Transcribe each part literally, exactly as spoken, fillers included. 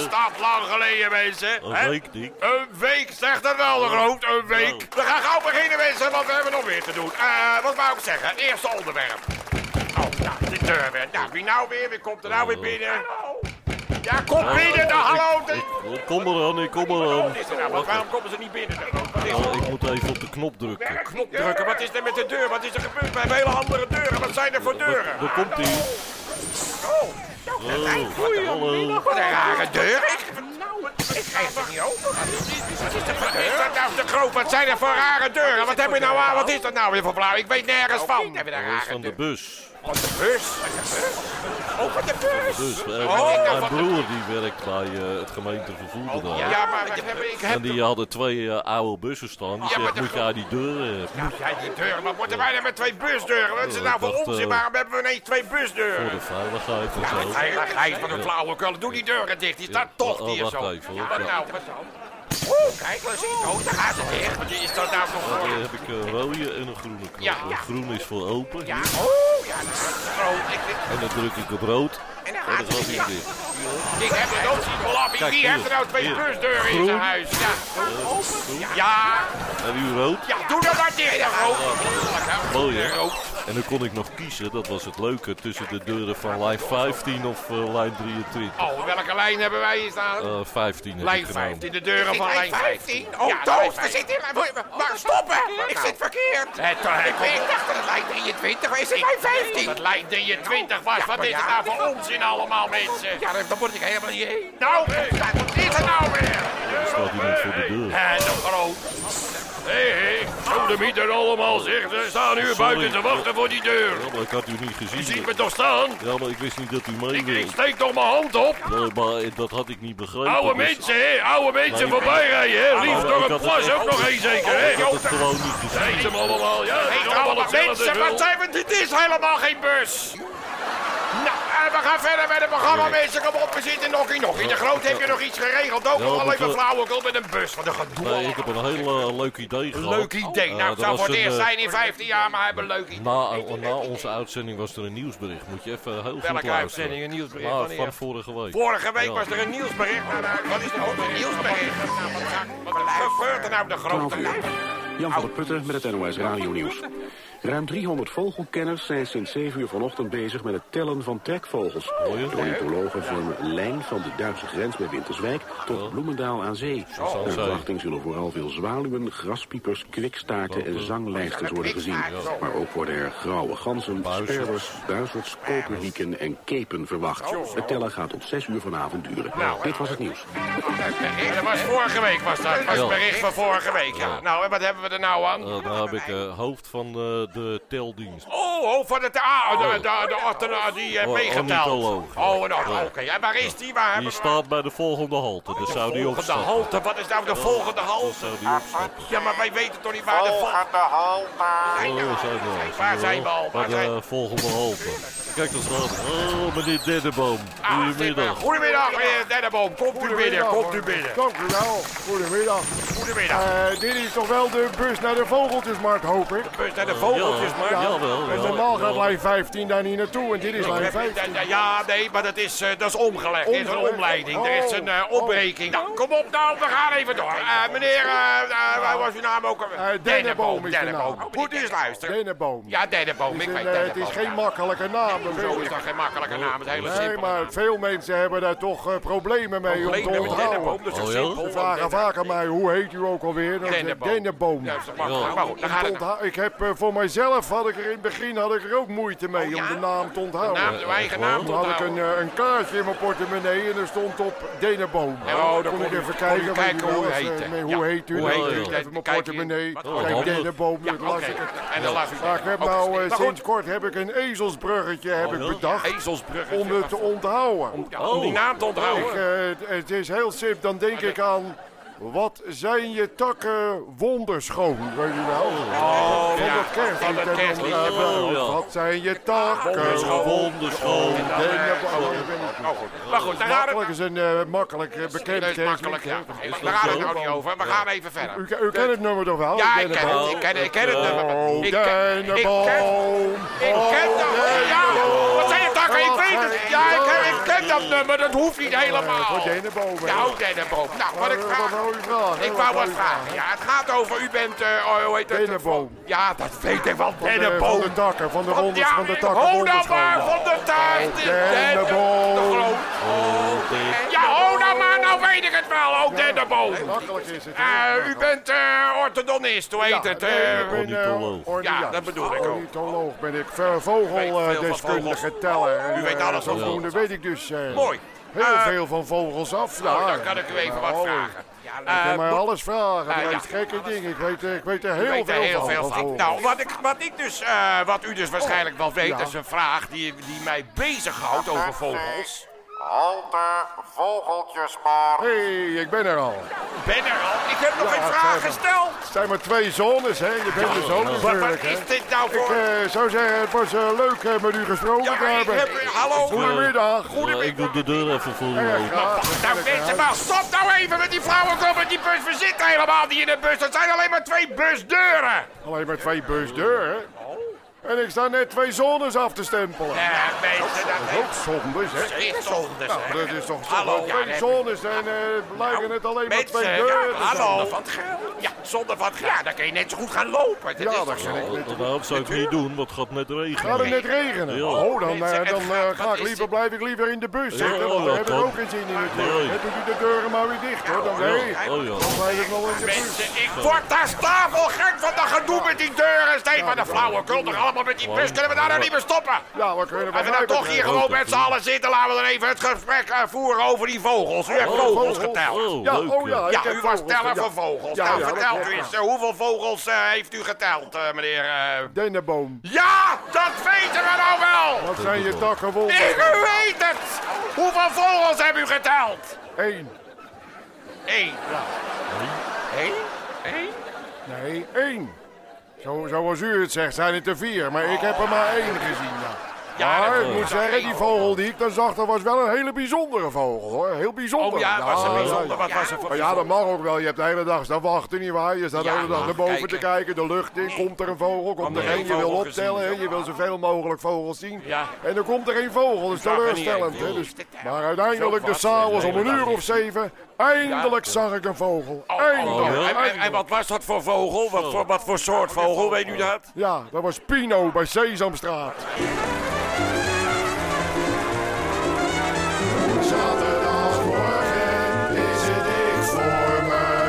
stad, lang geleden, mensen. Een week, Dick. Een week, zegt er wel de groot, een week. We gaan gauw beginnen, mensen, want we hebben nog meer te doen. Uh, wat wou ik zeggen? Het eerste onderwerp. Oh, nou, de deur weer. Nou, wie nou weer? Wie komt er nou weer binnen? Hallo? Ja, kom binnen, dan hallo. Ik kom eraan, ik kom eraan. Wat is er nou? Waarom komen ze niet binnen? Wat is er? Ik moet even op de knop drukken. Knop drukken? Wat is er met de deur? Wat is er gebeurd? We hebben hele andere deuren. Wat zijn er voor deuren? Daar komt hij. Oh, hallo. Wat een rare deur. Ik, nou, ik krijg het niet open. Wat is dat voor deur? Is dat nou de groot? Wat zijn er voor rare deuren? Wat heb je nou aan? Wat is dat nou weer voor blauw? Ik weet nergens van. Dat is van de bus. Van de bus? Oh, van de bus? Dus, uh, oh, mijn broer die werkt bij uh, het gemeentevervoer oh, daar. Ja, maar ik heb, ik heb... En die hadden twee uh, oude bussen staan. Die ja, zegt, moet de... jij die deuren hebben? Nou, jij die deuren? Wat moeten wij dan met twee busdeuren? Wat is er nou voor dacht, onzin? Uh, Waarom hebben we ineens twee busdeuren? Voor de veiligheid en ja, zo. De veiligheid van een flauwekul. Doe die deuren dicht. Die staat ja, toch oh, hier wacht zo. even, Ja, wat nou? Wat dan? Oeh, kijk, we zien. Oh, daar gaat ze dicht. Wat is dat nou voor? Dan heb ik een rode en een groene knop. Ja, ja. Groen is voor open. Ja, oh, ja, dat is groot. Ik, ik... En dan druk ik op rood. En dan gaat hij hij dicht. dicht. Ik heb het ook zien verlappen. Wie hier, heeft er nou twee hier. busdeuren in zijn huis? Ja. Uh, Ja. Ja. En u rood? Ja, doe dat maar dicht. Ja, rood. Mooi, hè? En dan kon ik nog kiezen, dat was het leuke, tussen de deuren van lijn vijftien of uh, lijn drieëntwintig. Oh, welke lijn hebben wij hier staan? Uh, vijftien heb lijn ik genomen. vijftien, de deuren van lijn vijftien. Oh, Ja, dood, we we zitten in... Maar stoppen, ik zit verkeerd. Het, uh, Ik, ik dacht dat het lijn drieëntwintig was. Is het lijn vijftien? Dat lijn drieëntwintig was. Wat maar is ja. het nou voor onzin allemaal, mensen? Ja, dan, dan word ik helemaal niet heen. Nou, wat is er nou weer? Er staat iemand voor de deur. En de groot. Hé, hé, zo de mieter allemaal, zeg. Ze staan nu Sorry. buiten te wachten voor die deur. Ja, maar ik had u niet gezien. Je ziet me toch staan? Ja, maar ik wist niet dat u mee Ik, wilde. ik steek toch mijn hand op. Nee, maar dat had ik niet begrepen. Oude dus- mensen, hè? Oude mensen Nee, voorbij rijden, hè? Liefst maar door ik een had het plas ook- ook nog één zeker, hè? Ik had het gewoon niet gezien. Weet hem allemaal, ja? Hey, Het is allemaal oude hetzelfde mensen, spul. wat zijn we? Dit is helemaal geen bus. Nou, en we gaan verder met het programma, mensen. Kom op, we zitten nog in nog. In de Groot heb je nog iets geregeld. Ook Ja, nog wel dat even we- flauwekul met een bus. Wat een gedoe. Nee, ik heb een heel uh, leuk idee gehad. Leuk idee. Uh, Nou, er het zou was voor het een, eerst uh, zijn in vijftien jaar, maar hij heeft een leuk idee. Na, na onze uitzending was er een nieuwsbericht. Moet je even heel goed Welke luisteren. uitzending? Een nieuwsbericht? Nou, Wanneer? van vorige week. Vorige week Ja. was er een nieuwsbericht. Nou, nou, wat is er ook een nieuwsbericht? Nou, wat gaat- wat gebeurt er nou de grote? Jan van der Putten met het N O S Radio Nieuws. Ruim driehonderd vogelkenners zijn sinds zeven uur vanochtend bezig met het tellen van trekvogels. De ornithologen vormen een lijn van de Duitse grens bij Winterswijk tot Bloemendaal aan zee. Naar verwachting zullen vooral veel zwaluwen, graspiepers, kwikstaarten en zanglijsters worden gezien. Maar ook worden er grauwe ganzen, sperwers, buizerds, koperwieken en kepen verwacht. Het tellen gaat tot zes uur vanavond duren. Dit was het nieuws. Dat was vorige week, was dat. Dat was het Ja. bericht van vorige week, ja. Nou, en wat hebben we er nou aan? Uh, daar heb ik uh, hoofd van uh, de teldienst. Oh, oh, van het... Ah, de, de, de, de, die uh, Oh, meegeteld. ornitholoog. Oh, en Ja. oké. En waar is die? Waar Die hebben we... staat bij de volgende halte. Daar zou die Volgende opstaan. halte. Wat is nou de volgende Daar halte? zou die opstaan. Ja, maar wij weten toch niet waar de volgende... Oh, zijn we al. Waar zijn we al? Bij Waar zijn de volgende halte. Kijk, daar staat. Oh, meneer Denneboom. Ah, Goedemiddag. Goedemiddag, meneer Denneboom. Komt u binnen, komt u binnen. Dank u wel. Goedemiddag. Goedemiddag. Uh, dit is toch wel de bus naar de Vogeltjesmarkt, hoop ik? Bus naar de vogeltjes, maar... Ja, jawel. En Ja, normaal gaat ja. lijn vijftien daar niet naartoe en dit is lijn vijftien. Ja, nee, maar dat is, uh, dat is omgelegd. Er is een Omgelegd? omleiding. Er is een uh, Oh. opbreking. Nou, kom op nou, we gaan even door. Uh, meneer, uh, uh, waar was uw naam ook? Uh, Denneboom is de Denneboom. naam. Moet u eens luisteren. Denneboom. Ja, Denneboom. Het Ik is, weet een, uh, het Denneboom. is geen makkelijke naam. dat Zo weet is ik. dat geen makkelijke naam. Het is hele Nee, simpele maar naam. veel mensen hebben daar toch uh, problemen mee om te Problemen met Denneboom, onthouden. dat is Oh, toch ja? simpel. Ze vragen vaak aan mij, hoe heet u ook alweer? Dan zeg ik, Denneboom. Denneboom. Ja, dat is toch makkelijk. Maar goed, dan gaat Te het... ontha- Ik heb uh, voor mijzelf, had ik er in het begin had ik er ook moeite mee Oh, ja? om de naam te onthouden. Naam, uw eigen naam te Toen had ik een, onthouden. uh, een kaartje in mijn portemonnee en er stond op Denneboom. Oh, dan kon kon ik u- even kon u kijken, kijken weet je hoe u wel, eens, heette. uh, nee, Ja. hoe heet u? Hoe nou? heet u? Ik Even mijn Kijk, portemonnee. wat- Oh, Kijk, handig. Denneboom, Ja, dat las oké. ik het. En dan las u Maar ik heb Ook nou, uh, geschikt. Maar sinds goed, kort heb ik een ezelsbruggetje heb ik bedacht ezelsbruggetje. om het te onthouden. Ja, om die naam te onthouden. Ik, uh, het- het is heel simpel, dan denk ik aan... Wat zijn je takken wonderschoon, weet je wel? Oh, Van ja. dat kerstlied. Van dat en dan, kerstliedje. uh, Oh, ja. Wat zijn je takken Wonderschoon. Wonderschoon. Denneboom. Oh, goed. Maar goed, daar gaat Makkelijk het... is een uh, makkelijk uh, bekend Dat is makkelijk, kerstlied. ja. hè? Maar Daar gaat het nou niet over. We gaan even verder. U, u kent het nummer toch wel? Ja, ik ken Denneboom? het. Ik ken het, ik ken het nummer. Oh, Ik ken... Ik Denneboom. ken... Ik ken dat. Ja, wat zijn je takken? Ik weet het. Ja, ik ken, ik ken dat dat nummer, dat hoeft niet helemaal. Voor Dennenboom. Nou, Dennenboom. Nou, wat ik vraag... Wat wou je vragen? Ik wou wat vragen. Ja, het gaat over, u bent, uh, oh, hoe heet het? Dennenboom. Ja, dat weet ik wel, Van de, Dennenboom. van de takken, van de Van- wonders, ja, van de takken. ho nou maar, van de taart. Oh, de Dennenboom. de groot. Oh, dit. Ja, ho nou maar, nou weet ik het wel, oh, Dennenboom. Makkelijk is het. Uh, u bent uh, orthodontist, hoe heet het? nee, Uh, ik ben, eh, Ornitholoog. orni- Ja, dat bedoel ik ook. Ornitholoog ben ik. Ver- Weet veel van Vogeldeskundige vogels. teller. En, U weet eh, alles van zodoende weet ik dus eh, Mooi. heel Eh, veel van vogels af. Nou, Ja, dan kan ik u even wat Oh, vragen. Je Eh, kan mij moet- alles vragen. Eh, Dat ja. is gekke dingen. Ik weet, eh, ik weet er U heel weet er veel heel van. veel van van. vogels. Nou, wat ik, wat ik dus, eh, wat u dus waarschijnlijk wel weet, Ja. is een vraag die, die mij bezighoudt over vogels. Halte, vogeltjes maar. Hé, hey, ik ben er al. Ben er al? Ik heb nog Ja, geen het vraag zijn maar- gesteld. Het zijn maar twee zones, hè? Je bent de zoon Wat, wat natuurlijk, hè? is dit nou Ik voor... eh, zou zeggen, het was eh, leuk eh, met u gesproken Ja, te maar ik hebben. heb... Hallo? Goedemiddag. Ja, ik doe de deur even voor u Ja, open. graag. Nou, mensen, maar stop nou even met die flauwekul met die bus. We zitten helemaal niet in de bus. Dat zijn alleen maar twee busdeuren. Alleen maar twee busdeuren. En ik sta net twee zones af te stempelen. Ja, mensen, dat Ook zondes, hè? is zonde, Nou, zeg. dat is toch Hallo, zo. ja, Twee dat- zones en eh lijken het alleen maar Mensen, twee ja, deuren te zijn. hallo. Van het geld. Ja, zonder van het geld. Ja, dan kun je net zo goed gaan lopen. Dat Ja, is dat toch kan zo? ik net. Nou, dat zou ik niet doen, want het gaat net Gaat het regenen. net regenen? Ja. Oh, dan, eh, Mensen, het dan eh, gaat- ga wat ik is liever, dit? blijf ik liever in de bus zitten, Ja, want daar dat heb ik kan. ook geen zin in natuurlijk. Nee. Dan doe je de deuren maar weer dicht, hoor. Dan nee, Oh ja. dan blijf ik wel in de bus. Mensen, ik word daar stapelgek van dat gedoe met die deuren. Steeds maar de flauwekul toch allemaal met die bus. Kunnen we daar nou niet meer stoppen? Ja, we kunnen Als we nou toch hier gewoon met z'n allen zitten, laten we dan even het gesprek uh, voeren over die vogels. U heeft Oh, vogels vogels. geteld. Oh, Ja, leuk. oh ja. ik Ja, heb u was vogels, teller ja. van vogels. Ja, nou, ja, dat vertelt klopt, u eens, ja. uh, hoeveel vogels uh, heeft u geteld, uh, meneer... Uh... Dennenboom. Ja, dat weten we nou wel! Wat zijn je takken wol? Ik weet het! Hoeveel vogels hebben u geteld? Eén. Eén. Eén? Eén? Nee, één. Zo, zoals u het zegt, zijn het er vier. Maar ik heb er maar één gezien, ja. Ja, Maar dat- ik moet zeggen, die vogel die ik dan zag, dat was wel een hele bijzondere vogel, hoor. Heel bijzonder. Oh ja, was ja, een bijzonder. ja. Wat was er voor Maar ja, dat mag ook wel. Je hebt de hele dag staan wachten, nietwaar? Je staat de Ja, hele dag maar naar boven kijken. te kijken, de lucht in. Komt er een vogel, komt nog er geen één. Je wil vogel optellen, gezien. hè? Je wil zoveel mogelijk vogels zien. Ja. En dan komt er geen vogel, dat is zag er niet teleurstellend, één. hè? Dus, Is dit nou? maar uiteindelijk, Zo dus vast, s'avonds de om een hele uur dag of zeven, eindelijk zag ik een vogel. Oh, Eindelijk, en, en, en eindelijk. wat was dat voor vogel? Wat voor, wat voor soort vogel, weet u dat? Ja, dat was Pino bij Sesamstraat. Zaterdagmorgen is het dicht voor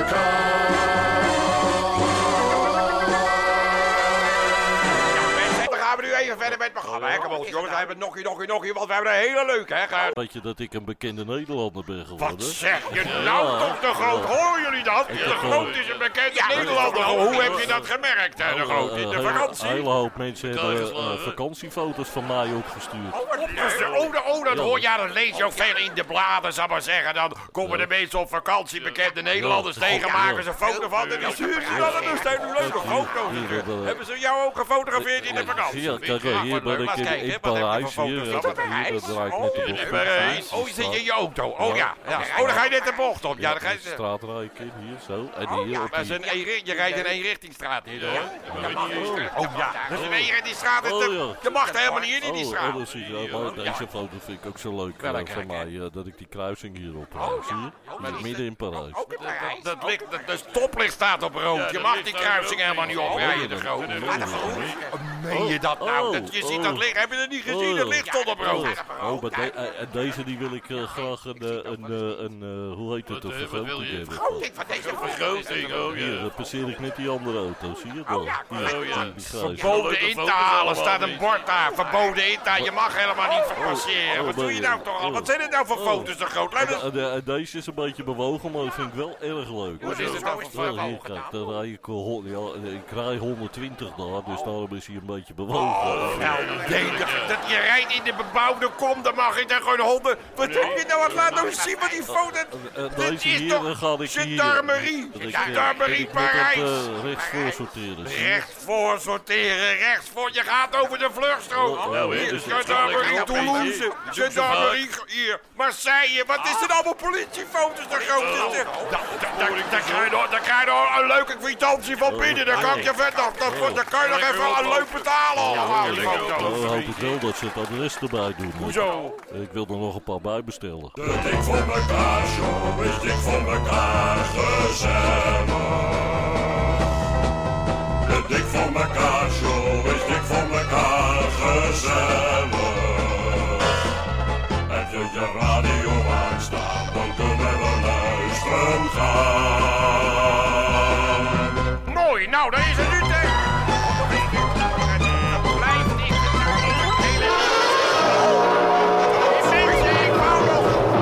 Mensen, dan gaan we nu even verder met het programma. Hè? Kom op, jongens, we hebben nog een, nog een, nog een, want we hebben een hele leuke, hè? Ga- Weet je dat ik een bekende Nederlander ben geworden? Wat zeg je nou toch, de Groot? Horen jullie dat? De Groot is een bekende Nederlander. Hoe heb je dat gemerkt, hè, de Groot? In de Een hele- vakantie? Een hele hoop mensen hebben eh, vakantiefoto's van mij opgestuurd. Oh, oh, oh, dat hoor, ja, dat lees je ook veel in de bladen, zal maar zeggen. Dan komen de mensen op vakantie, bekende Nederlanders Ja. tegen, Ja. maken ze een foto van en die sturen ze dan. Dat zijn nu leuke foto's. Hier, dat, eh, Hebben ze jou ook gefotografeerd in de vakantie? Ja, kijk, eh, hier ben ik in, in Parijs. Hier, eh, hier, dat draai ik net de bocht Parijs. op. Oh, je zit in je auto. Oh ja. ja. Oh, dan ga je net de bocht op. Ja, dan ga je... Straatrijk in, hier, zo. En Oh hier ja, op dat is die... een eenri- je rijdt in een eenrichtingsstraat hier, hoor. Oh ja, dat is een eenrichtingsstraat. Oh, ja. Je mag er helemaal niet in, in die Oh, straat. oh, dat zie je. Maar deze foto vind ik ook zo leuk eh, Welke? van mij, eh, dat ik die kruising hier op Oh, zie je? Hier, midden in Parijs. Ook in Parijs. Dat, dat, ligt- dat, de stoplicht staat op rood. Je mag die kruising helemaal niet oprijden, de groot. Meen je dat nou? Oh, Dat, je ziet oh. dat licht. Heb je het niet gezien? Het licht stond op rood. Oh, maar de- eh, en deze die wil ik eh, graag een, eh, een, eh, een eh, hoe heet het, een vergroting hebben. Vergroting van deze vergroting. Oh Hier, dan passeer ik net die andere auto, zie je dat? ja, Hier, die, die grijze. Verboden in te halen, staat een bord daar. Verboden in te halen. Je mag helemaal niet passeren. oh, Wat doe je nou toch al? Wat zijn dit nou voor foto's, de groot? Laat eens- En, de- en deze is een beetje bewogen, maar dat vind ik wel erg leuk. Wat is het nou voor Wel, hier, bewogen kijk, dan? dan rij ik, eh, hon- ja, ik rij honderdtwintig daar, dus daarom is hij een beetje bewogen. Nou, nee, dat, dat je rijdt in de bebouwde kom, dan mag je daar gewoon honden. Wat heb je nou? Wat laat nou zien van die foto? Eh, Dit deze is hier, toch dan ga ik hier... gendarmerie? dat ik, Ja, eh, gendarmerie dat ik net Parijs. op, eh, rechts voor sorteren, zie je? Rechts voor sorteren, rechts voor. Je gaat over de vluchtstrook. Oh, oh, Hier, dus het gendarmerie gaat lekker Toulouse, gendarmerie hier, Marseille. Wat is er nou voor politiefoto's, de grote? Daar krijg je nog een leuke kwitantie van binnen. Dan kan ik je vet nog. Dan kan je nog even een leuke betalen allemaal, die Nou, foto's. dan hoop ik wel dat ze het adres erbij doen. Hoezo? Ik wil er nog een paar bij bestellen. De dik voor mekaar show is dik voor mekaar gezellig. De dik voor mekaar show is dik voor mekaar gezellig. Heb je je radio aanstaan, dan kunnen we luisteren gaan. Mooi, nou, daar is het nu tegen. Dat blijft niet. Mensen, ik wou nog.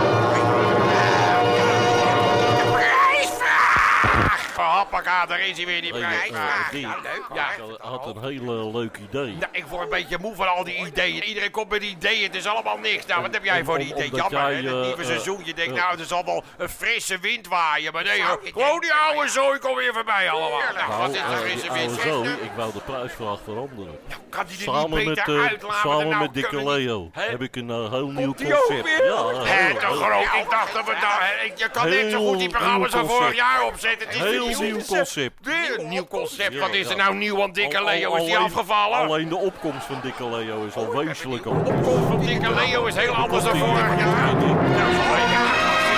De prijsvraag! Hoppaka, daar is hij weer, die Hey, prijsvraag. eh, die- Ja, leuk. Ik Ja. had een heel leuk idee. Nou, ik word een beetje moe van al die ideeën. Iedereen komt met ideeën, het is allemaal niks. Nou, wat heb jij voor een Om- idee? omdat Jammer, jij, hè? Het eh, nieuwe eh, seizoen. Je denkt, eh, nou, er zal wel een frisse wind waaien. Maar nee, hoor. ik Gewoon denk- die oude zooi komt weer voorbij allemaal. Nou, Nou, wat is de eh, frisse die wind? oude zo, ik wou de prijsvraag veranderen. Kan die er Samen niet met, beter eh, uitlaten? samen nou, met Dikke kunnen die- Leo Hè? heb ik een eh, heel nieuw die ook concept. weer? Ja, Hé, heel, te heel- groot. Ik dacht dat we daar... Je kan net zo goed die Heel programma's van nieuw vorig concept. jaar opzetten. Het is Heel weer nieuw concept. Weer een nieuw concept. Ja, Wat is er ja. nou nieuw aan Dikke Al- al- Leo? Is die alleen- afgevallen? Alleen de opkomst van Dikke Leo is al wezenlijk anders. Opkomst van Dikke Leo is heel anders dan vorig jaar. Ja, vorig jaar.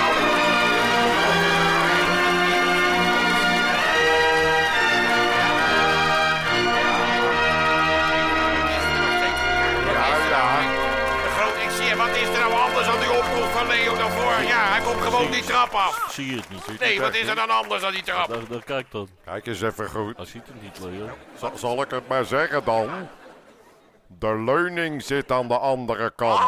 De groot, ik zie, wat is er nou anders aan die opkomst van Leo dan vorig jaar? Hij komt gewoon die trap af. Zie je het niet? Nee, wat is er dan anders aan die trap? Daar, daar kijk dan. Kijk eens even goed. Hij ziet het niet, Leo. Zal, zal ik het maar zeggen dan? De leuning zit aan de andere kant.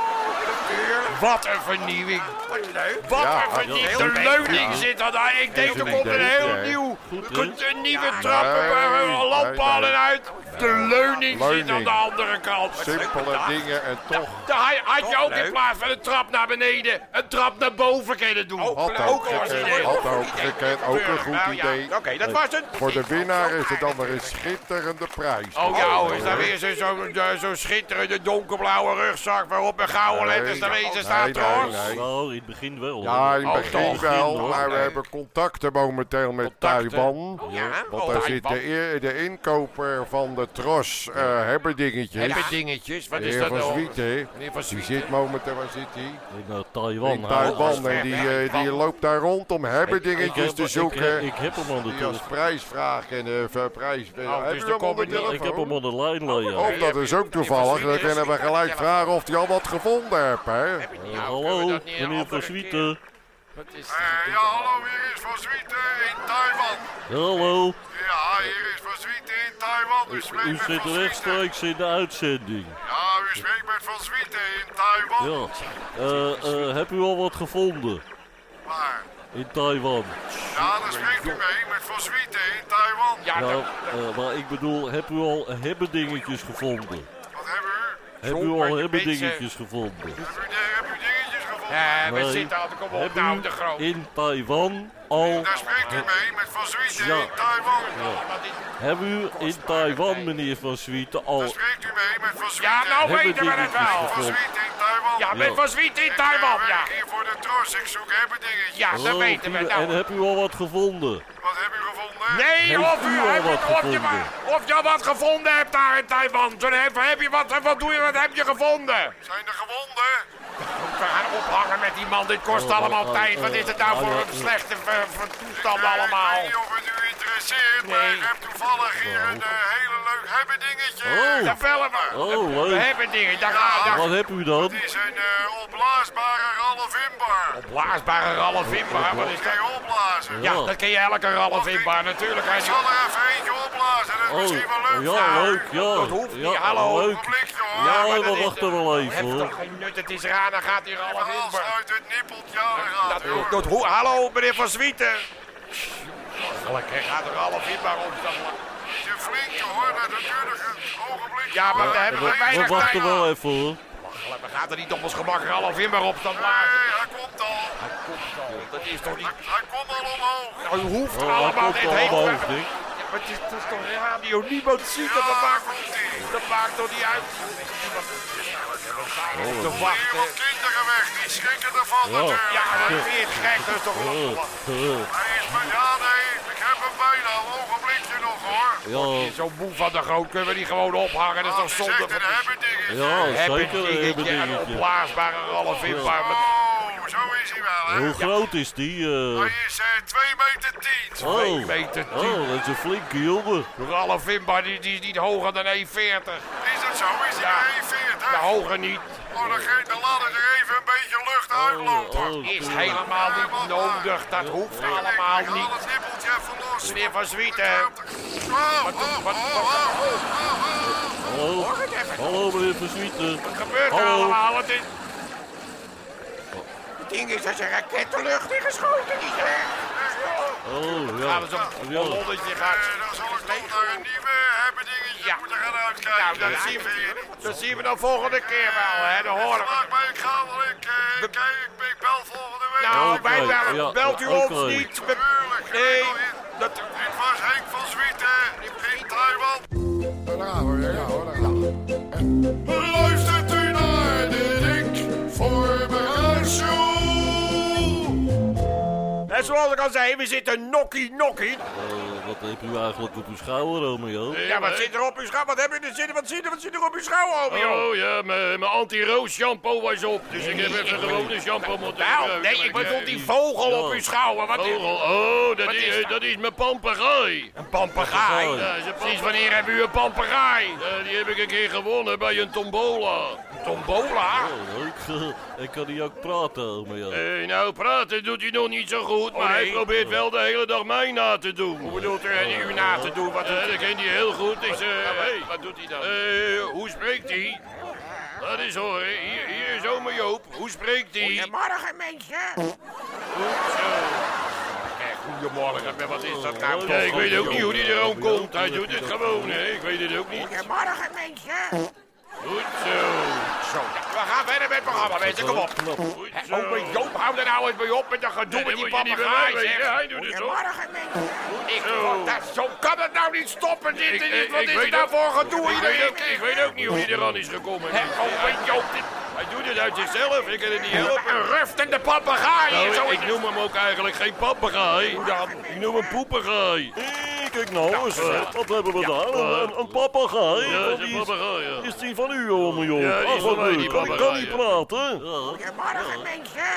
Wat een vernieuwing. Wat leuk. Wat Ja, een vernieuwing. ja, De heel leuning zit er daar. Ik denk, Even er komt een idee, heel hè. nieuw, Goed, hè? een nieuwe trappen, Nee, een lampalen nee, nee. uit. De leuning zit Leuning. aan de andere kant. Simpele dingen en toch Daar had- had je ook in plaats van een trap naar beneden, een trap naar boven kunnen doen. had Ook ook origineel. gekend. Had ook gekend. Ook een goed Nou ja, idee. Oké, dat was het. Voor de winnaar is het dan weer een schitterende prijs. Oh ja, oh, is daar weer zo'n zo, zo, zo schitterende donkerblauwe rugzak waarop een gouden Nee, letters te lezen nee, staat, nee, trouwens? nee. Nou, in het begin wel. Ja, in Oh, het begin toch? wel, hoor. maar we Nee. hebben contacten momenteel met Contacten? Taiwan. Ja, Want oh, daar zit Taiwan. de, eer- de inkoper van de Tros, uh, hebben dingetjes. Hebben dingetjes, wat De is heer dat van nou? Zwieten, Meneer van die Zwieten. zit momenteel, waar zit hij? In uh, Taiwan. In hè. Taiwan. En die, eh, die loopt daar rond om hebben Ik dingetjes heb, te ik, zoeken. ik heb hem aan de Die als telefoon. prijsvraag en uh, prijs. dus Heb je er hem aan komen de niet- Ik heb hem telefoon? aan de lijn, Leo. Of dat is ook toevallig. Dan kunnen we gelijk vragen of hij al wat gevonden heeft, hè? Eh, hallo, meneer Van Zwieten. Wat is Eh, ja, hallo, hier is Van Zwieten in Taiwan. Hallo, Ja, hier is Van Zwieten in Taiwan. U spreekt u met zit Van Zwieten. rechtstreeks in de uitzending. Ja, u spreekt met Van Zwieten in Taiwan. Ja. Eh, eh, heb u al wat gevonden Maar, in Taiwan? ja, dan spreekt u mee met Van Zwieten in Taiwan. Ja, Nou, dat- eh, maar ik bedoel, heb u al hebben dingetjes gevonden? Wat hebben u? Heb u Zomaar al je hebben mensen- dingetjes gevonden? Heb u, de- heb u dingetjes gevonden? Eh, we Nee. zitten al, kom op Heb nou, u de groot. in Taiwan al... Daar spreekt u mee met Van Zwieten Ja. in Taiwan. Wat is- Heb u in Taiwan, meneer Van Zwieten, al... Daar spreekt u mee met Van Zwieten. Ja, nou Hebben weten we het dingetjes wel. Van gevonden? Zwieten in Taiwan. Ja, met Ja. Van Zwieten in Ik, Taiwan, eh, ja. werk hier voor de Tros. Ik zoek hebben dingetjes. Ja, dat Oh, weten we. prima. En Nou, heb u al wat gevonden? Wat heb u gevonden? nee, Heeft of u u, al hebt- wat of, je, gevonden? maar- of je wat gevonden hebt daar in Taiwan. Zo heb, heb je wat, wat doe je, wat heb je gevonden? Zijn er gewonden? We gaan ophangen met die man, dit kost Oh, allemaal oh, tijd. oh, Wat is het nou oh, voor ja, een ja. slechte eh, voor toestand Ik allemaal? weet niet of het u interesseert, maar Nee. ik heb toevallig hier een eh, hele leuk hebben dingetje. Oh. Daar vellen we. Oh, We leuk. hebben dingen, daar gaat daar. Wat hebt u dan? Het is een eh, opblaasbare Ralph Inbar. Blaasbare Ralph Inbar, wat is Kan dat? je opblazen? Ja, dat ken je elke Ralph Inbar natuurlijk. Hij Ik zal er even eentje opblazen, dat is Oh, misschien wel leuk ja, voor u. leuk, ja. Dat hoeft niet, Ja, hallo. leuk. Een blikje hoor. Ja, maar dat we is wachten de- wel even, Heeft hoor. toch geen nut, het is raar, dan gaat die Ralph Als Inbar. uit het nippeltje, ja, daar gaat Dat, u, hoor. dat, hoe- hallo, meneer Van Zwieten. Gelukkig gaat de Ralph Inbar op. Het is een flinke hoor, dat duurt een ogenblikje. Ja, maar hoor. we hebben We, maar we weinig wachten tijd. wel even, hoor. We gaan er niet op ons gemak Ralph Inbar op staan blazen. Nee, hij komt al. Dat is toch niet... Hij komt al omhoog. Nou, u hoeft Oh, hij allemaal komt dit al heen. omhoog, denk ik. Ja, maar het is, het is toch radio, niemand ziet dat, dat Ja, maakt, komt ie. dat maakt toch niet uit. Te Hier wachten. wat kinderen weg, die schrikken ervan Ja. natuurlijk. Ja, maar dat vind je het gek, dat is toch Eh, wel... eh. Hij is maar, ja nee, ik heb hem bijna, een ogenblikje nog hoor. Ja, Zo'n boel van de groot kunnen we die gewoon ophangen. Dat is toch zonde van een hebberdingetje. ja, hebben zeker een dingetje, een hebberdingetje. opblaasbare Ralf in. Oh, zo is hij wel, hè. Hoe groot is die? eh? Hij is eh, twee meter tien. Oh, meter tien. oh, dat is een flinke jongen. Ralf Wimba, die, die is niet hoger dan één veertig. Is dat zo? Is hij Ja. maar één veertig? De hoger niet. Oh, dan, ge- dan laten ze er even een beetje lucht uitlopen. oh, Is helemaal niet nodig. Dat hoeft allemaal Ik haal niet. het nippeltje even los. Meneer Van Zwieten. Oh, Wat, oh, wat, oh, wat, oh, oh, Hallo, Hoor het even. hallo meneer Verswieten. Wat gebeurt er Hallo. allemaal? Het is... Het ding is als een raket de lucht in geschoten is. Hè? Oh, ja. Gaan we zo'n Ja. ballonnetje gaan. Eh, dan zal ik toch naar een nieuwe hebberdingetje Ja. moeten gaan uitkijken. Nou, dat zien we, dat zien we dan volgende keer wel, hè? Dan horen we. Laat mij, ik ga wel, ik, eh, ik, ik, ik bel volgende week. Nou, Oké, wij bellen. ja, Belt u oké. ons niet. We- Tuurlijk. Nee, dat... Ik was Henk van Zwieten in Taiwan. Ja hoor, ja hoor, ja. Luistert u naar de Dik Voorbereidshow. En zoals ik al zei, we zitten nokkie nokkie. Eh, wat heb u eigenlijk op uw schouder, Romeo? Ja, wat zit er op uw schouw? Wat heb je er zitten? Wat zit er, wat zit er op uw schouw, Romeo? Oh ja, mijn mijn anti-roos shampoo was op, dus ik heb even gewone shampoo moeten Nou, gebruiken. nee, ik Maar bedoel die vogel op uw schouw. Wat is Vogel, oh, dat Wat is, is eh, dat? dat is mijn papegaai. een papegaai? Ja, is een Sinds wanneer hebben u een papegaai? Ja, die heb ik een keer gewonnen bij een tombola. Tombola? Oh, leuk. En kan hij ook praten, Romeo? Eh, nou, praten doet hij nog niet zo goed, maar Oh, nee. hij probeert wel de hele dag mij na te doen. Hoe bedoelt u en u na te doen? Wat Eh, doet dat u? kent hij heel goed. Ik zeg, hey, Wat doet hij dan? eh, hoe spreekt hij? Dat is hoor, hier, hier is oma Joop. Hoe spreekt hij? Goedemorgen, mensen. Goed zo. Kijk, goedemorgen. Maar wat is dat nou? Ja, ik weet ook niet hoe hij erom komt. Hij doet het gewoon, hè. Ik weet het ook niet. Goedemorgen, mensen. Goed zo. Zo, we gaan verder met het programma, mensen. Kom op. Goed Hè, zo. Ome Joop, hou er nou eens mee op met dat gedoe Nee, met dat die moet je niet bij papegaai, mij weten. zeg. Hij doet het toch? Goedemorgen, mensen. Ik zo. vond dat zo kan het nou niet stoppen. Dit, Ik- dit, ik- wat ik is weet het nou ook- voor gedoe Ik hier? weet, ook, ik weet ook niet hoe hij eraan is gekomen. Hè, Ome Joop, dit... Hij doet het uit zichzelf. Ik kan het niet helpen. Een ruftende papegaai. Nou, zo ik, is ik noem hem ook eigenlijk geen papegaai. Hoe dan? Ik noem hem poepegaai. Hé, kijk nou eens. Wat hebben we daar? Een, een, een papegaai? Ja, dat Wat is is, een papegaai, ja. is die van u, Romeo? Ja, die is Ach, van wat mij, leuk. die Kan- Ik kan papegaai, niet ja. praten. Goedemorgen, mensen.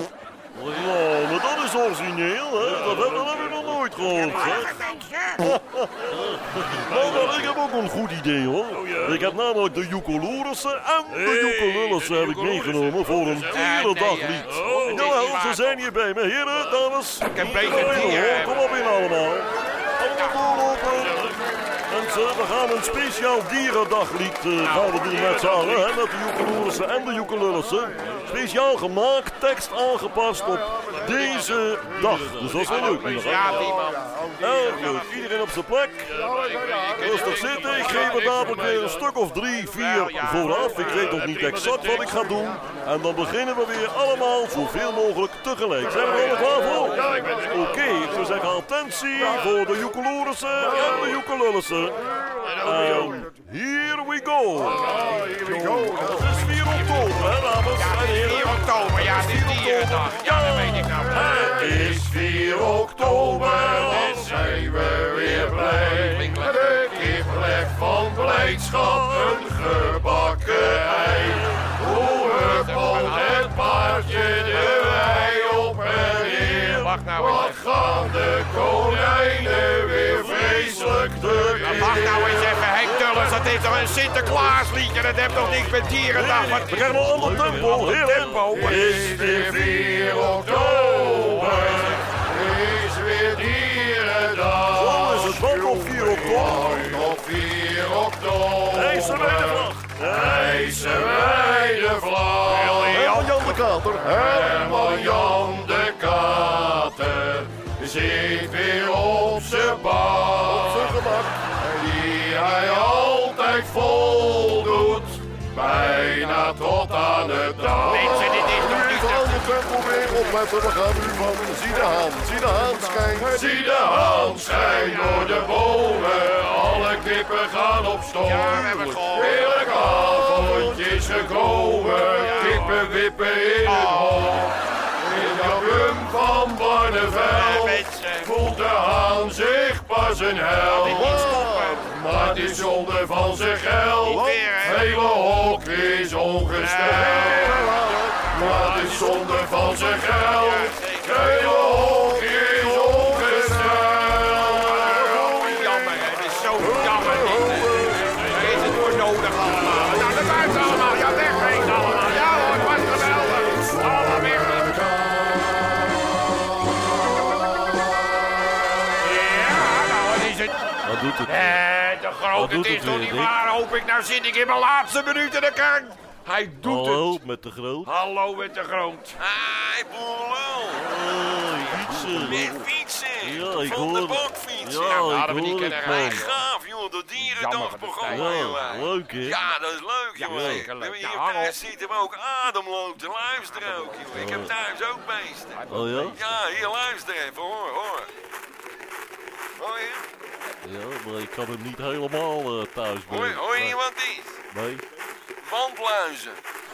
Nou, maar dat is origineel, hè? Dat heb, dat heb ik nog nooit gehoord, hè? Goedemorgen, mensen. Nou, maar ik heb ook een goed idee, hoor. Oh, ja? Ik heb namelijk de Joekeloerissen en de Hey, Joekelullissen de heb ik Joekeloerissen. meegenomen voor een Ja, dierendaglied. Oh, Jawel, ze zijn hier bij me. Heren, dames. Ik heb Kom beter in, dieren. hoor. Kom op in allemaal. Allemaal doorlopen. Mensen, we gaan een speciaal dierendaglied uh, gaan we doen met z'n allen, hè, met de Joekeloerissen en de Joekelullissen. Speciaal gemaakt, tekst aangepast op deze dag. Dus dat is wel leuk. Ja, die man. Erg leuk. Iedereen op zijn plek. Rustig zitten. Ik geef er dadelijk weer een stuk of drie, vier vooraf. Ik weet nog niet exact wat ik ga doen. En dan beginnen we weer allemaal zoveel mogelijk tegelijk. Zijn we er allemaal klaar voor? Ja, ik ben er klaar. Oké, ik zou zeggen attentie voor de Joekeloerissen en de Joekelullissen. En here we go. Het is vier oktober, hè, dames en heren. vier oktober, ja, dit is dierendag. Ja, dat weet ik nou. Het is vier oktober, dan zijn we weer blij. De kip legt van blijdschap een gebakken ei. Hoe huppelt het paardje de wei op en neer. Wacht nou Wat eens. gaan de konijnen weer vreselijk te Wacht nou eens even, Henk Tullens. Dat is toch een Sinterklaasliedje? Dat heeft toch niks met dierendag? Wat We krijgen nog een ander tempo, heren. tempo? Is de vier oktober, is weer dierendag. Zo is het, want op vier oktober. Op vier oktober, Hijsen wij de vlag. hijsen wij de vlag. Herman Jan de Kater. Herman Jan de Kater zit weer op zijn bak. Die hij altijd vol doet, bijna tot aan het dak. Mensen, dit is toch niet... Aan de tempo weer opletten, we gaan nu van zie de haan, zie de haan schijnen. Zie de haan schijnt door de bomen, alle kippen gaan op stoom. Ja, we hebben het gehoord. Heerlijk avondje is gekomen, kippen wippen in het hol. In de rum van Barneveld mensen. voelt de haan zich bij was een held. Maar het is zonde van zijn geld. Hele hok is ongesteld. Maar het is zonde van zijn geld. Hele hok is ongesteld. Jammer, het is zo jammer. Dit is het voor nodig allemaal. Nou, dat buiten allemaal. Ja, wegwezen allemaal. Ja hoor, het was geweldig. Allemaal weg. Ja, nou, wat is het? Wat doet het? Eh, de grote, Wat doet het is het toch weer, niet Dick? waar, hoop ik. Nou zit ik in mijn laatste minuut in de kerk. Hij doet Hallo, het. met de groot. Hallo met de groot. Ai, boerlul. Hoi, fietsen. Weer fietsen. Ja, ik Van hoor de het. bok fietsen. Ja, dat ik hadden we niet hoor kunnen het, rijden. man. Gaaf, joh, dat dierendagprogramma, Ja, jongen. leuk, hè? Ja, dat is leuk, Ja, jongen. zeker We leuk. hebben Ja, hier hallo. thuis zitten we ook ademloos te luisteren ook, joh. Ik heb thuis ook beesten. Oh ja? Ja, hier, luister even, hoor, hoor. Hoor je? Ja, maar ik kan hem niet helemaal uh, thuis Hoor, brengen. hoor je niet Nee. wat het is? Nee. Wandluizen.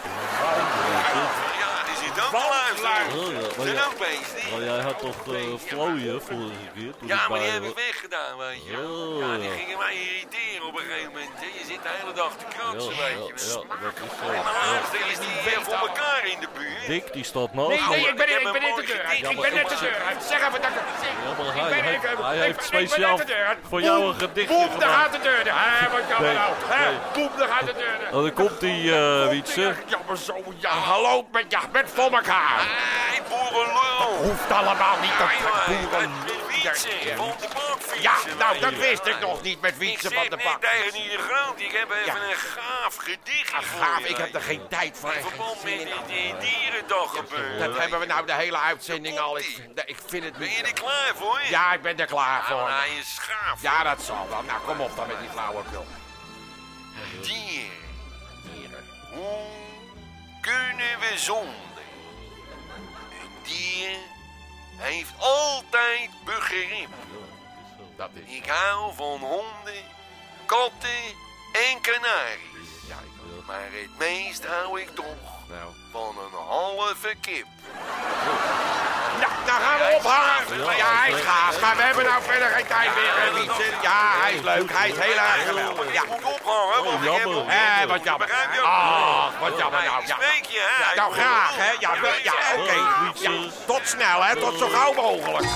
Ja, die zit ook te luisteren. Oh, ja, maar Zijn ja. ook beesten. Maar jij had toch uh, vlooien vorige keer? Toen Ja, ik maar die bij heb je ik weggedaan, weet je. Oh, Ja, die ja. gingen mij irriteren op een gegeven moment. Hè. Je zit de hele dag te Ja, kratsen, ja, weet je. ja, dat is zo. En maar Ja. luister, is die weer voor elkaar in de buurt? Dick, die staat naast Nee, nee, je. ik ben, Ik ik heb ben een net de mooi deur uit. gedicht Ik ben net de deur uit. Zeg even dat ik... Ja, maar Ik hij, ben, hij, ik, ik, hij ik, heeft ik speciaal ben net de deur uit. voor jou een gedichtje Boem, daar gemaakt. gaat de deur. Hé, wat jammer Nee, nou. Hè? nee. Boem, daar gaat de deur. Oh, dan komt die, uh, Wietse. Jammer zo. Ja, hallo, met, ja, met voor elkaar. Hé, boerenlul. Hoeft allemaal niet te Ja, jongen, boeren. met fietsen, van de bak fietsen. Ja, nou, weet dat je. wist ik Ja. nog niet met Ik fietsen zeg van de net bak. tegen die groot, ik heb even Ja. een gaaf gedichtje Ah, voor gaaf, je, ik heb weet er je. geen tijd voor. In verband met die, die dierendag gebeuren. Dat hebben we nou de hele uitzending al. Ik, ik vind het Ben je niet... er klaar voor? Ja, ik ben er klaar Ja, voor. maar hij is gaaf. Ja, dat zal wel. Nou, kom op dan met die flauwekul. Dieren, Dieren. hoe kunnen we zonder? Een dier heeft altijd begrip. Dat is... Ik hou van honden, katten en kanaries. Ja, ik wil... Maar het meest hou ik toch Nou... van een halve kip. Nou, dan gaan we ophangen. Ja, hij is gaaf. Maar we hebben nou verder geen tijd meer, hè, Wietse. Ja, hij is leuk. Hij is heel erg geweldig. Ja. Ik moet ophangen, want ik heb jammer. nog... Hé, wat jammer. Begrijp je? Ach, wat jammer Nee, nou. ik Ja. spreek je, hè? Nou, graag, hè. Ja, we- ja oké. Ja, tot snel, hè. Tot zo gauw mogelijk.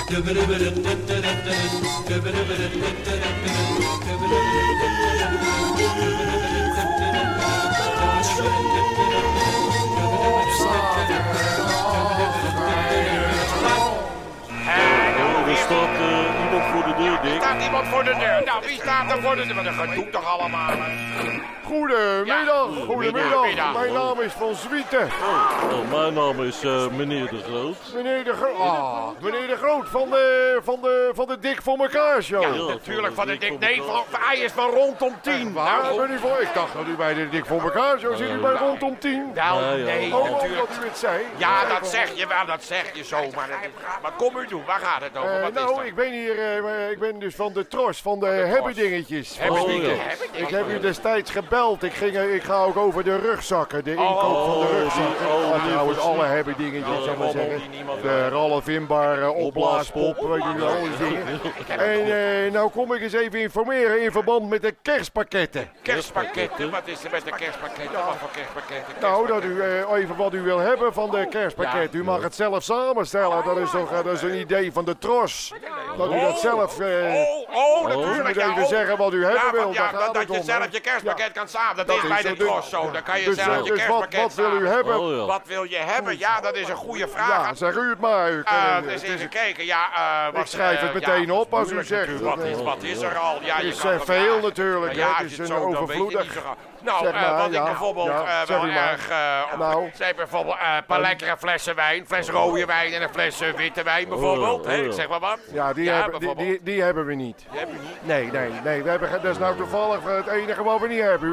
Oh, er staat uh, iemand voor de deur, Er Dick. staat iemand voor de deur. Nou, wie staat er voor de deur? Wat een gedoe toch allemaal, hè? Goedemiddag, Ja. goedemiddag. Middag. Mijn naam is Van Zwieten. Oh, mijn naam is uh, meneer De Groot. Meneer de Groot. Ah, meneer de Groot van de, van de, van de Dik voor elkaar show. Ja, Ja, natuurlijk van de Dick dik. voor Nee, elkaar. van, hij is van rondom tien. Waar Nou, ben u voor? Ik dacht dat u bij de Dik voor elkaar show zit. U bij rondom tien. nou, Ja, ja. nee, Oh, natuurlijk. omdat u het zei. Ja, Nee, dat van- zeg je wel, dat zeg je zo. Maar, dat is- maar kom u doen, waar gaat het over? Eh, Wat is nou, dat? ik ben hier, eh, ik ben dus van de Tros, van de Hebbedingetjes. Hebben Oh, dingen, ja. hebben dingen. Ik heb u destijds gebeld. Ik, ging, ik ga ook over de rugzakken, de inkoop van de Oh, rugzakken. die- oh, Ah, die trouwens, voorzien- alle Hebbedingetjes, Ja, zou ik maar allemaal zeggen. die niemand De Ralf Inbar uh, opblaaspop, weet je wel, al die dingen. En eh, nou kom ik eens even informeren in verband met de kerstpakketten. Kerstpakketten, wat is er met de kerstpakketten? Wat voor kerstpakketten? Nou, dat u eh, even wat u wil hebben van de kerstpakket. U mag het zelf samenstellen. Dat is toch eh, dat is een idee van de Tros. Dat u dat zelf... eh, Oh, oh, u natuurlijk. moet ja, even oh. zeggen wat u hebben Ja, wil. want Daar ja, gaat dat, dat het je om, zelf hè. je kerstpakket kan samen. Dat, Dat is is bij zo de dus- Tros zo. Dan kan je Dus, zelf eh, je dus wat, kerstpakket wat wil u samen. hebben? Oh, ja. Wat wil je hebben? Ja, dat is een goede vraag. Ja, zeg u het maar. U kan- Uh, het dus is- even kijken, ja, uh, wat, Ik schrijf het uh, meteen ja, op als u moeilijk zegt. natuurlijk. Wat is, wat is er al? Ja, Het je is kan eh, het veel ja. natuurlijk. Ja, hè. als Het je is het een zo, dan weet je overvloedig. niet zo gauw. Nou, Zeg uh, maar, wat ja, ik bijvoorbeeld ja, uh, zeg wel u maar. erg... Uh, Nou. Zeg bijvoorbeeld uh, een paar lekkere flessen wijn. Een fles rode wijn en een fles uh, witte wijn bijvoorbeeld. Oh, Hè, oh. ik zeg maar wat. Ja, die, Ja, hebben, die, bijvoorbeeld. die, die hebben we niet. Die heb je niet. Nee, nee, nee. We hebben, ge- dat is nou toevallig het enige wat we niet hebben. U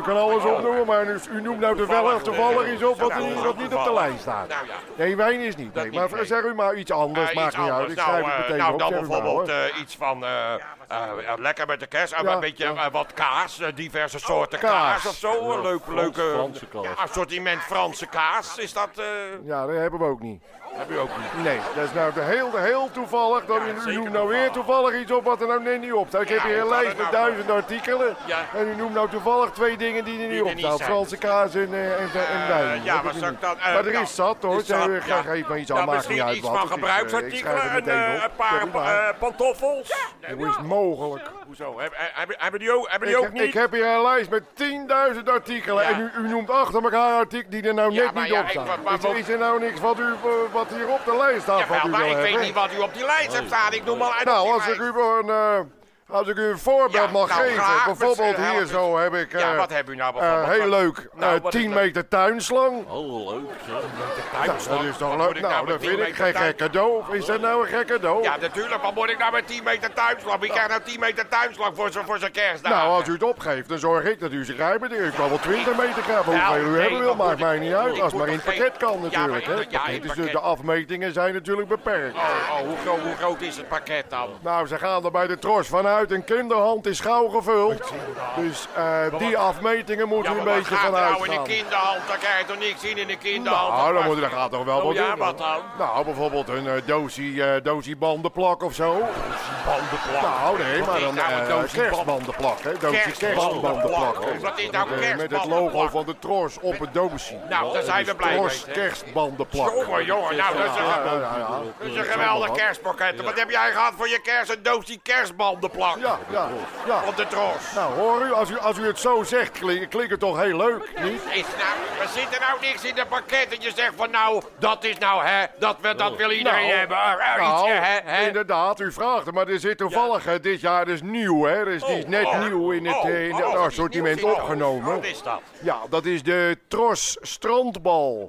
kan alles opnoemen, maar u, u noemt nou toevallig, toevallig iets op wat, er, wat niet op de lijst staat. Nou ja. Nee, wijn is niet. Nee. Maar zeg u maar iets anders, Uh, maakt iets niet uit. anders. Ik schrijf nou, het uh, meteen nou, op. dan Zeg u maar, bijvoorbeeld hoor. uh, iets van uh, uh, lekker met de kerst. Uh, Ja, een beetje ja. uh, wat kaas, uh, diverse soorten kaas. kaas of zo. Een leuk, Frans- leuke Franse kaas. ja, assortiment Franse kaas. Is dat... Uh, Ja, dat hebben we ook niet. heb u ook niet. Nee, dat is nou de heel, heel toevallig. Dat Ja, u, u zeker noemt nou weer toevallig iets op wat er nou net niet op staat. Ik heb Ja, hier een hoe kan lijst het met nou? duizend artikelen. Ja. En u noemt nou toevallig twee dingen die er Die niet er op niet staan. zijn. Franse kaas en, uh, en, en Uh, wijn. ja, Dat wat is zou niet. ik dan... uh, Maar er nou, is zat hoor. is zat, Zeg, ja. geef me iets aan, Nou, maakt niet misschien uit iets wat. van Het is, uh, ik gebruiksartikelen, schrijf het een, meteen uh, op. een paar Zeg u maar. uh, pantoffels. Hoe is het mogelijk? Hoezo? Heb- Hebben hebben die ook, hebben die Ik, ook niet? ik heb hier een lijst met tienduizend artikelen Ja. en u, u noemt achter elkaar artikelen die er nou Ja, net maar niet ja, op ik- staan. wat- wat- Is, er- is er nou niks wat, u, uh, wat hier op de lijst staat wat Jawel, u maar wil ik weet hebben? niet wat u op die lijst hebt staan. Ik noem al uit op Nou, die als ik lijst. u een, uh, als ik u een voorbeeld Ja, mag nou, geven, graag, bijvoorbeeld help hier eens. zo heb ik uh, Ja, wat heb u nou uh, bijvoorbeeld? heel Wat- leuk Nou, uh, wat is tien leuk? meter tuinslang. Oh, leuk. Zeg. Nou, dat is toch Wat leuk? moet ik nou Nou, met dat tien vind ik meter geen tuin- gek cadeau. Of is dat nou een gek cadeau? Ja, natuurlijk. Wat moet ik nou met tien meter tuinslag? Wie krijgt nou tien meter tuinslag voor zijn voor zijn kerstdagen? Nou, als u het opgeeft, dan zorg ik dat u zich rijdt. Ik kan wel twintig meter krijgen. Nou, Hoeveel u nee, hebben wil, maar maakt moet mij ik- niet uit. ik Als het maar moet in het toch geen- pakket kan natuurlijk. Ja, maar- hè. ja, in Het is dus pakket. de afmetingen zijn natuurlijk beperkt. Oh, oh hoe, groot, hoe groot is het pakket dan? Nou, ze gaan er bij de tros vanuit. Een kinderhand is gauw gevuld. Dus eh, die afmetingen moet u Ja, een maar wat beetje gaat er vanuit nou in gaan. de kinderhand? Dan krijg je toch niks in in de kinderhand? Nou, dan Dat moet, past- er gaat toch wel Oh wat ja, in. wat dan? Nou, bijvoorbeeld een uh, dozie, uh, dozie bandenplak of zo. Bandenplak. Nou, nee, maar Wat is dan nou een uh, dozie kerstbandenplak, hè. Dozie Kerstbandenplak. kerstbandenplak. Wat is nou Met, uh, met het kerstbandenplak? logo van de tros op het doosje. Nou, daar zijn we blij mee. Tros hè. kerstbandenplak. Jongen, jongen, nou, dat is een, Ja, ja, ja, ja. dat is een geweldig kerstpakket. Wat heb jij gehad voor je kerst? Een doosje kerstbandenplak Ja, ja, ja. op de tros. Nou, hoor u, als u, als u het zo zegt, klinkt, klinkt het toch heel leuk, niet? Is nou, er zit er nou niks in het pakket dat je zegt van nou, dat is nou hè, dat, we, dat wil iedereen Nou, hebben. Er, er, Nou, iets, hè, hè. inderdaad, u vraagt het, maar er zit toevallig eh, dit jaar dus nieuw, hè? Dus die is Oh, net oh, nieuw in het, oh, eh, in het oh, assortiment nieuw, nieuw. opgenomen. Wat is dat? Ja, dat is de Tros Strandbal.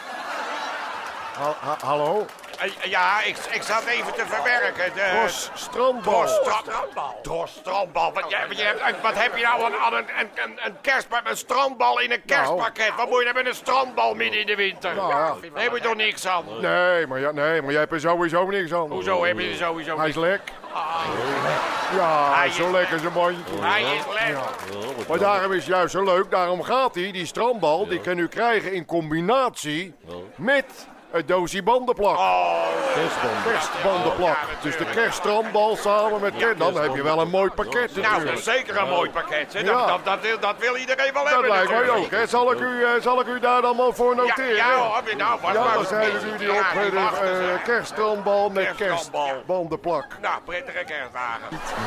Ha- ha- hallo? Eh, Ja, ik, ik zat even te verwerken. De, Tros Strandbal. Tros strandbal. Tros strandbal. Wat, je, wat, je hebt, wat heb je nou aan, aan een, een, een, een kerstpakket, een strandbal in een kerstpakket? Wat moet je nou met een strandbal midden in de winter? Nou, ja. Daar heb je toch niks aan? Nee, maar, ja, nee, maar jij hebt er sowieso niks aan. Hoezo heb je er sowieso Hij niks is lek. aan? Ja, Hij zo is lekker is een bandje. Hij is lek. Maar daarom is het juist zo leuk. Daarom gaat hij, die strandbal, die kan u krijgen in combinatie met een doosje bandenplak. Oh, Kerstbandenplak. Dus de kerststrandbal samen met kerst. Dan heb je wel een mooi pakket nou, dat natuurlijk. is zeker een mooi pakket. Hè. Dat, Ja. dat, dat, wil, dat wil iedereen wel Dat hebben lijkt mij natuurlijk. ook. Hè. Zal, ik u, eh, zal ik u daar dan maar voor Ja, noteren? ja, hoor, heb je nou wat? Ja, wou dan ik zijn niet. we nu die Ja, op die met wachten, een zeg. kerststrandbal met Kerststrandbal. kerstbandenplak. Nou, prettige kerstdagen.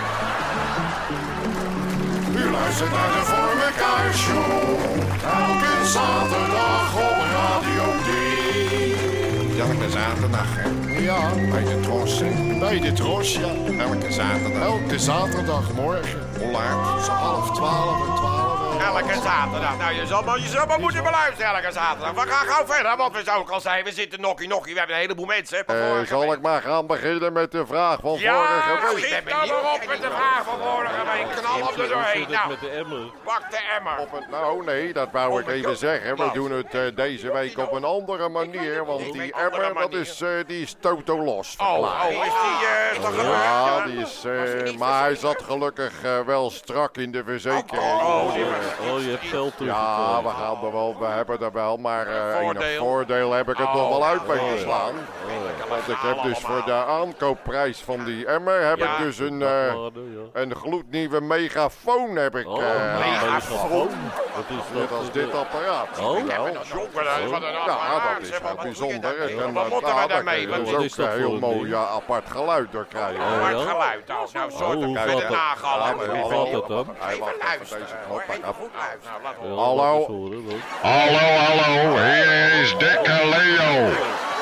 U luistert naar de Voor Mekaar Show. Elke zaterdag op Radio drie. Elke zaterdag, hè? Ja, Bij de tros, hè? bij de tros, ja. Elke zaterdag. Elke zaterdagmorgen. Hoe laat? Zo half twaalf en twaalf. Elke zaterdag. Nou, je zal maar, je zal maar moeten beluisteren elke zaterdag. We gaan gauw verder, want we zouden ook al zijn. We zitten nokkie nokkie. We hebben een heleboel mensen. Hè, van Eh, vorige zal week. ik maar gaan beginnen met de vraag van Ja, vorige week? schiet dan maar op met de vraag van vorige week. Knal hem er doorheen. Nou, Met de emmer. pak de emmer. Op een, nou nee, dat wou ik even zeggen. We doen het eh, deze week op een andere manier. Want die emmer, dat is, eh, die is toto los. Oh, oh, is die eh, is dat gebeurd? Ja, die is, eh, maar hij zat gelukkig eh, wel strak in de verzekering. Oh, die Dus, eh, Oh, je hebt geld tussen. ja, we, gaan er wel, we hebben er wel, maar eh een Voordeel. voordeel heb ik het Oh, nog wel uit oh, weten slaan. Want ik heb dus voor de aankoopprijs van die emmer heb Ja. ik dus een, eh, een gloednieuwe megafoon heb ik. Oh, eh, megafoon. Wat is Net dat? als dit apparaat. Oh. Weet je wel. Jongen, dat is wat een Ja, apparaat, dat is zeg, heel wat bijzonder. moet je En daar- dan Wat moeten we daar daarmee? kun Wat je Wat dus is ook dat een voor heel een mooi ding? ja, apart geluid door krijgen. Oh, hard ja? geluid. Nou, nou soort Oh, een hoe met gaat een dat? nagalm. Hoe gaat dat dan? Hij wacht even luisteren, deze hoor. knop Even af. goed luisteren. Nou, laat Ja, horen. Hallo? laat eens horen, wat? Hallo, hallo, hier is Dikke Leo.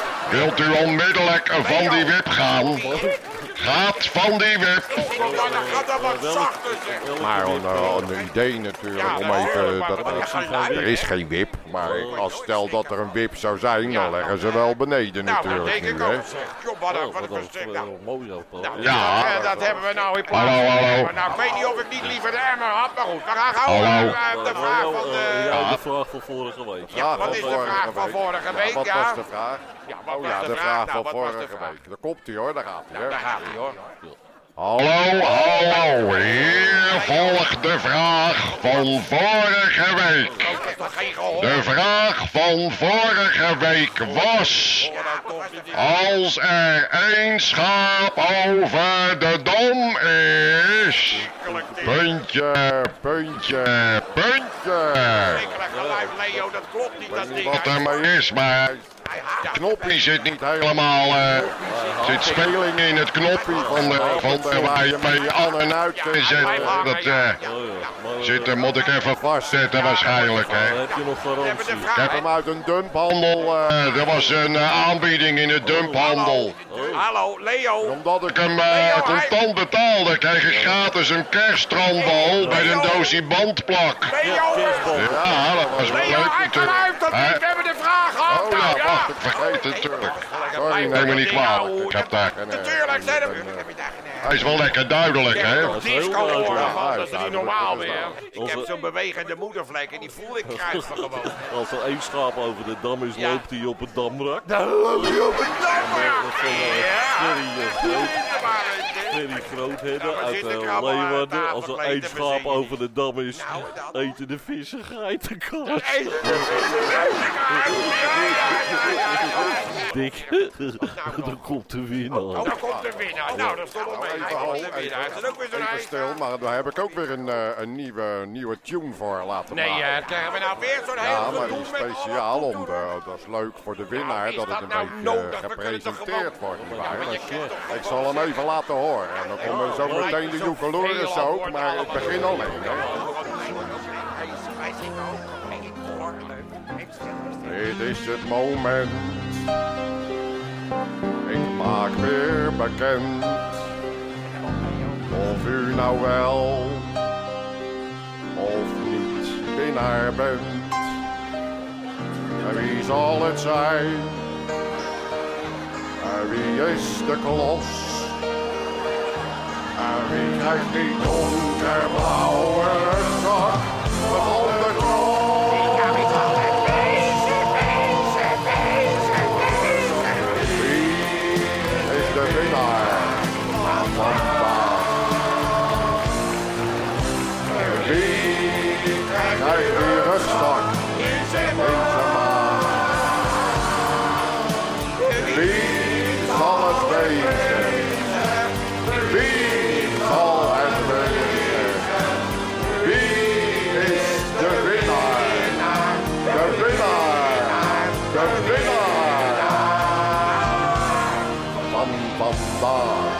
Wilt u onmiddellijk van die wip gaan? Gaat van die wip. Dan gaat dat wat zachter zeggen. Maar een, een idee natuurlijk om even... Dat, er is geen wip, maar als stel dat er een wip zou zijn, dan leggen ze wel beneden natuurlijk Nou, dat denk nu, ik hè. ook, zeg. Joh, wat een, wat een verstek. Nou, Mooi zo. nou, Ja. ja, dat hebben we nou in plaats Hallo, van... hallo. Nou, ik weet niet of ik niet liever de emmer had, maar goed. We gaan gauw Hallo. uh, de vraag van de... Ja, de vraag van vorige week. Ja, wat is de vraag van vorige week, Wat ja? was de vraag? Ja, wat Oh was ja, de de vraag? vraag Nou, van wat was de vorige vraag? week. Daar komt hij hoor, daar gaat hij. Nou, hè. daar gaat hij, hoor. Hallo, hallo. Hier volgt de vraag van vorige week. Oh, dat is toch geen gehoor? De vraag van vorige week was... Als er één schaap over de dom is... Puntje, puntje, puntje. Schrikkelijk geluid, Leo, dat klopt niet, dat ding. Wat er maar is, maar... Het knoppie zit niet helemaal... eh zit speling in het knoppie van, de, van de, waar je mee aan en uit kunt zetten. Dat eh, zit er, moet ik even vastzetten waarschijnlijk, hè. Heb je nog garantie? Ik heb hem uit een dumphandel. eh, Eh, er was een eh, aanbieding in de dumphandel. Hallo, Leo. omdat ik Ik hem eh, contant betaalde, kreeg ik gratis een kerststrandbal bij een doosje bandplak. Leo, Ja, dat was wel Leo, leuk hij kan uit, dat Hè? niet. We hebben de vraag gehad. Oh nou, ja, ja. wacht, ik vergeet het natuurlijk. Sorry, Neem me niet kwalijk, ik heb daar... Natuurlijk, zijn er... Hij is wel lekker duidelijk, hè. Disco horen, Ja, man, hij dat is is niet duidelijk, normaal dat is meer. Ik heb zo'n bewegende moedervlek en die voel ik kruis van gewoon. Als er één schaap over de dam is, Ja. loopt hij op het damrak. Dan loop je op het damrak. Ferry Groothedder Nou, we uit zitten uh, krabben aan Leeuwarden. tafel Als er kleden één te schaap bezingen. over de dam is, Nou, dat. eten de vissen geitenkaas. Eten de vissen geitenkaas. Ja, ja, ja, ja, ja. Dik, dan komt de winnaar. Oh, daar komt de winnaar. Nou, dat stond al mee. Hij Even, komt de even, winnaar. Het is ook weer zo'n even ijs. stil, maar daar heb ik ook weer een, eh, een nieuwe, nieuwe tune voor laten Nee, maken. uh, krijgen we nou weer zo'n Ja, heel maar die gedoe met speciaal alle om de, dat is leuk voor de winnaar, is dat het dat een nou beetje nodig? eh, We kunnen toch gepresenteerd gewoon- wordt. Ja, nietwaar? maar je Dus, kent toch ik gewoon- zal hem even laten horen. En dan komen zo meteen de joekeloris ook, maar ik begin alleen. Hè. Wij zitten ook. Ik hoor leuk. Dit is het moment. Ik maak weer bekend. Of u nou wel of niet winnaar bent. En wie zal het zijn? En wie is de klos? En wie krijgt die donkerblauwe zak van de klos? Wie is de winnaar van vandaag? Wie krijgt die rugzak in zijn maag? Wie zal het wezen? Wie zal het wezen? Wie is de winnaar? De winnaar! De winnaar! Van vandaag.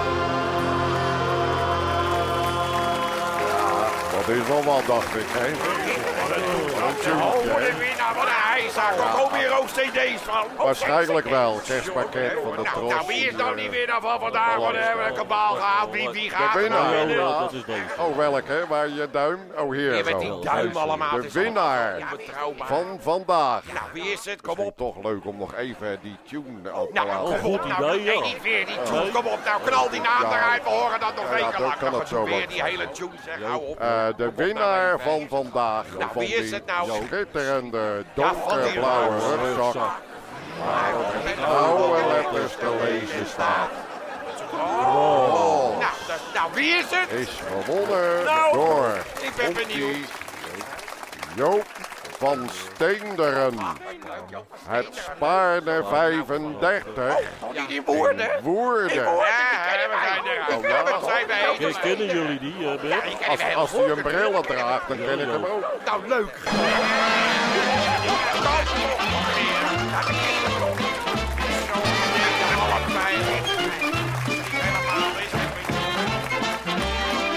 Ja, dat is wel wat, dacht ik, hè? Oh, wat een winnaar, wat een hijzaak. Er komen hier ook C D's van. Oh, Waarschijnlijk wel. Kerstpakket van de Nou, Tros. nou, wie is dan die winnaar van vandaag? Wat hebben we een kabaal gehaald? Wie, wie gaat De er nou winnaar. winnen? Ja, dat is deze. Oh, welke? Waar je duim? Oh, hier Je met zo. die duim allemaal. De het is allemaal winnaar onbetrouwbaar. van vandaag. Nou, wie is het? Kom Kom op. toch leuk om nog even die tune op te Nou, laten kom goed op. Nou, idee, nee, ja. niet weer die tune. Kom op, nou, knal die naam Ja. eruit. We horen dat nog Ja, weken dat lang. kan Nou, het zo goed, weer wel. die hele tune, zeg. Hou op. Eh, de winnaar van vandaag. Nou, van wie is die het nou? schitterende Ja, van die donkerblauwe rugzak. rugzak. Waar op blauwe letters te lezen staat. Oh. Nou, dat- nou, wie is het? Is gewonnen Nou, door ik ben komt-ie, benieuwd. Joop van Steenderen. Het Spaarne vijfendertig. Oh, die, die woorden. Woerden. Ja, we zijn eruit. Oh, ja. Wat zijn wij? Ken- Kennen jullie die, uh, Bert? Ik ken Als, hem als hij helemaal een bril draagt, dan ken ik hem ook. Nou, leuk.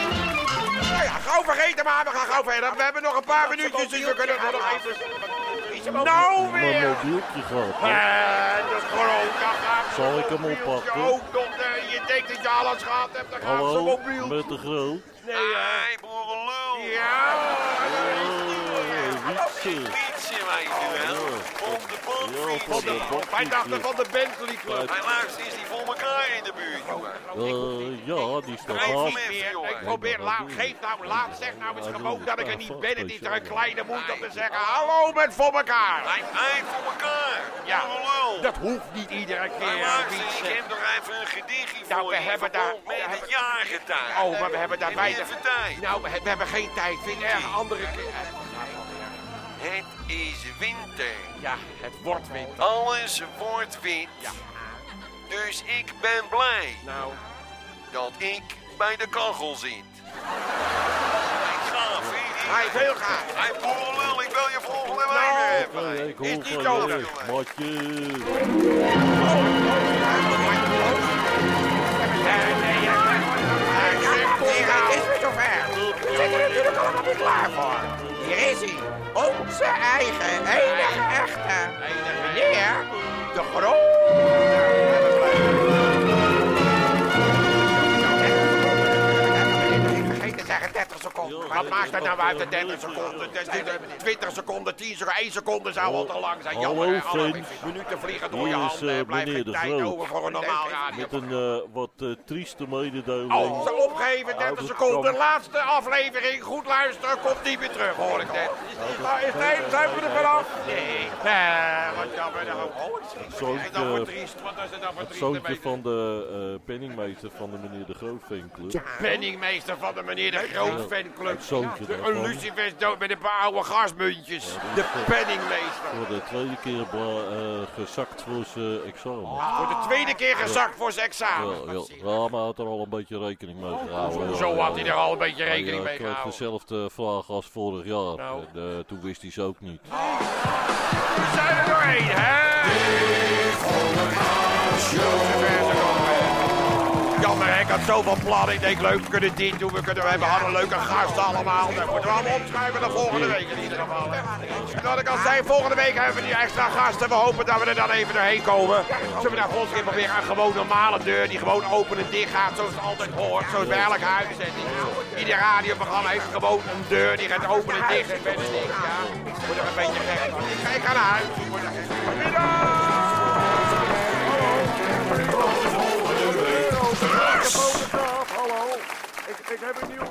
Nou ja, gauw vergeten maar, we gaan gauw verder. We hebben nog een paar minuutjes, dus we kunnen het nog even... is hem nou Mijn weer? mobieltje gaat. hè. Eh, de corona gaat. Zal ik hem oppakken? Ook nog, eh, je denkt dat je alles gehad hebt, dan gaat zo'n Hallo, mobiel. met de groot. Nee, hè? Hey, boerenlul. Ja. Wietse. Fietsen, weet je wel. Op de Ja, van de bokfiets. Wij dachten van de Bentley Club. Hey, luister, is die voor elkaar in de buurt, jongen? Eh, ja, die staat Geen af. verliefd, jongen. Ik probeer, laat, geef nou, laat, zeg nou eens gewoon dat ik er niet ben. Het is er een kleine moed om te zeggen, hallo met voor elkaar. Hey, hey, voor elkaar. Ja. Boerenlul. Dat hoeft niet iedere Hey, keer. luister, Wietse. ik heb nog even een gedichtje Nou, voor we je. hebben in verband daar- met het jaargetij. Oh, maar we hebben daar Heb je weinig. even tijd? Nou, we, we hebben geen tijd. Vind je erg andere keer. Het is winter. Ja, het wordt winter. Alles wordt wit. Ja. Dus ik ben blij Nou, dat ik bij de kachel zit. Hey, gaaf, vind je niet? hij is heel gaaf. Hey, boerenlul, ik wil je volgende Nou, week weer hebben. Hey, ik Is hoor niet van nodig. je. Matje. Het is weer zover. We zijn er natuurlijk allemaal niet klaar voor. Hier is hij. Onze eigen, enige echte. Meneer de Groot. Vergeet te zeggen dertig seconden. Wat maakt dat nou uit de dertig seconden? Het is twintig seconden, tien seconden, één seconde zou al te lang zijn. Jammer, Hallo, hè, alle Vin. minuten vliegen door je Hier is, handen. eh, Er blijft meneer geen de tijd Groot. over voor een normaal radio. Met een eh, wat eh, trieste mededeling. Oh, ze opgeven, dertig Uit het seconden. kamp. Laatste aflevering. Goed luisteren, komt niet meer terug, hoor ik net. Nou, is nee, zijn we er vanaf? Nee. Nee, wat jammer. Nou, oh, Zo'n, wat is dat voor eh, triest? Wat is het nou voor Het triest? zoontje van de eh, penningmeester van de meneer de Groot fanclub. De penningmeester van de meneer de Groot fanclub. Het zoontje De- daarvan. Een lucifers dood met een paar oude gasmuntjes. De penningmeester. Voor de tweede keer bla- eh, gezakt voor zijn examen. Voor de tweede keer gezakt voor zijn examen. Ja, ja. Ja, maar hij had er al een beetje rekening mee gehouden. Ja, Zo ja, had hij ja. er al een beetje Hij, rekening eh, mee kreeg gehouden. dezelfde vraag als vorig jaar. Nou. En, eh, toen wist hij ze ook niet. We zijn er doorheen, hè? Jammer, hè, ik had zoveel plannen. Ik denk, leuk, we kunnen dit doen. We, kunnen, we hebben hadden leuke gasten allemaal. Dat moeten we allemaal opschuiven naar volgende week in ieder geval. Wat ik al zei, volgende week hebben we die extra gasten. We hopen dat we er dan even doorheen komen. Zullen we daar volgende keer proberen een gewoon normale deur die gewoon open en dicht gaat zoals het altijd hoort. Zoals bij elke uitzending. Ieder radioprogramma heeft gewoon een deur die gaat open en dicht. En verder niks, ja. Wordt er een beetje gek. Ik ga, ik ga naar huis. Ik word er gek. Goedemiddag! Hallo, ik, ik heb een nieuw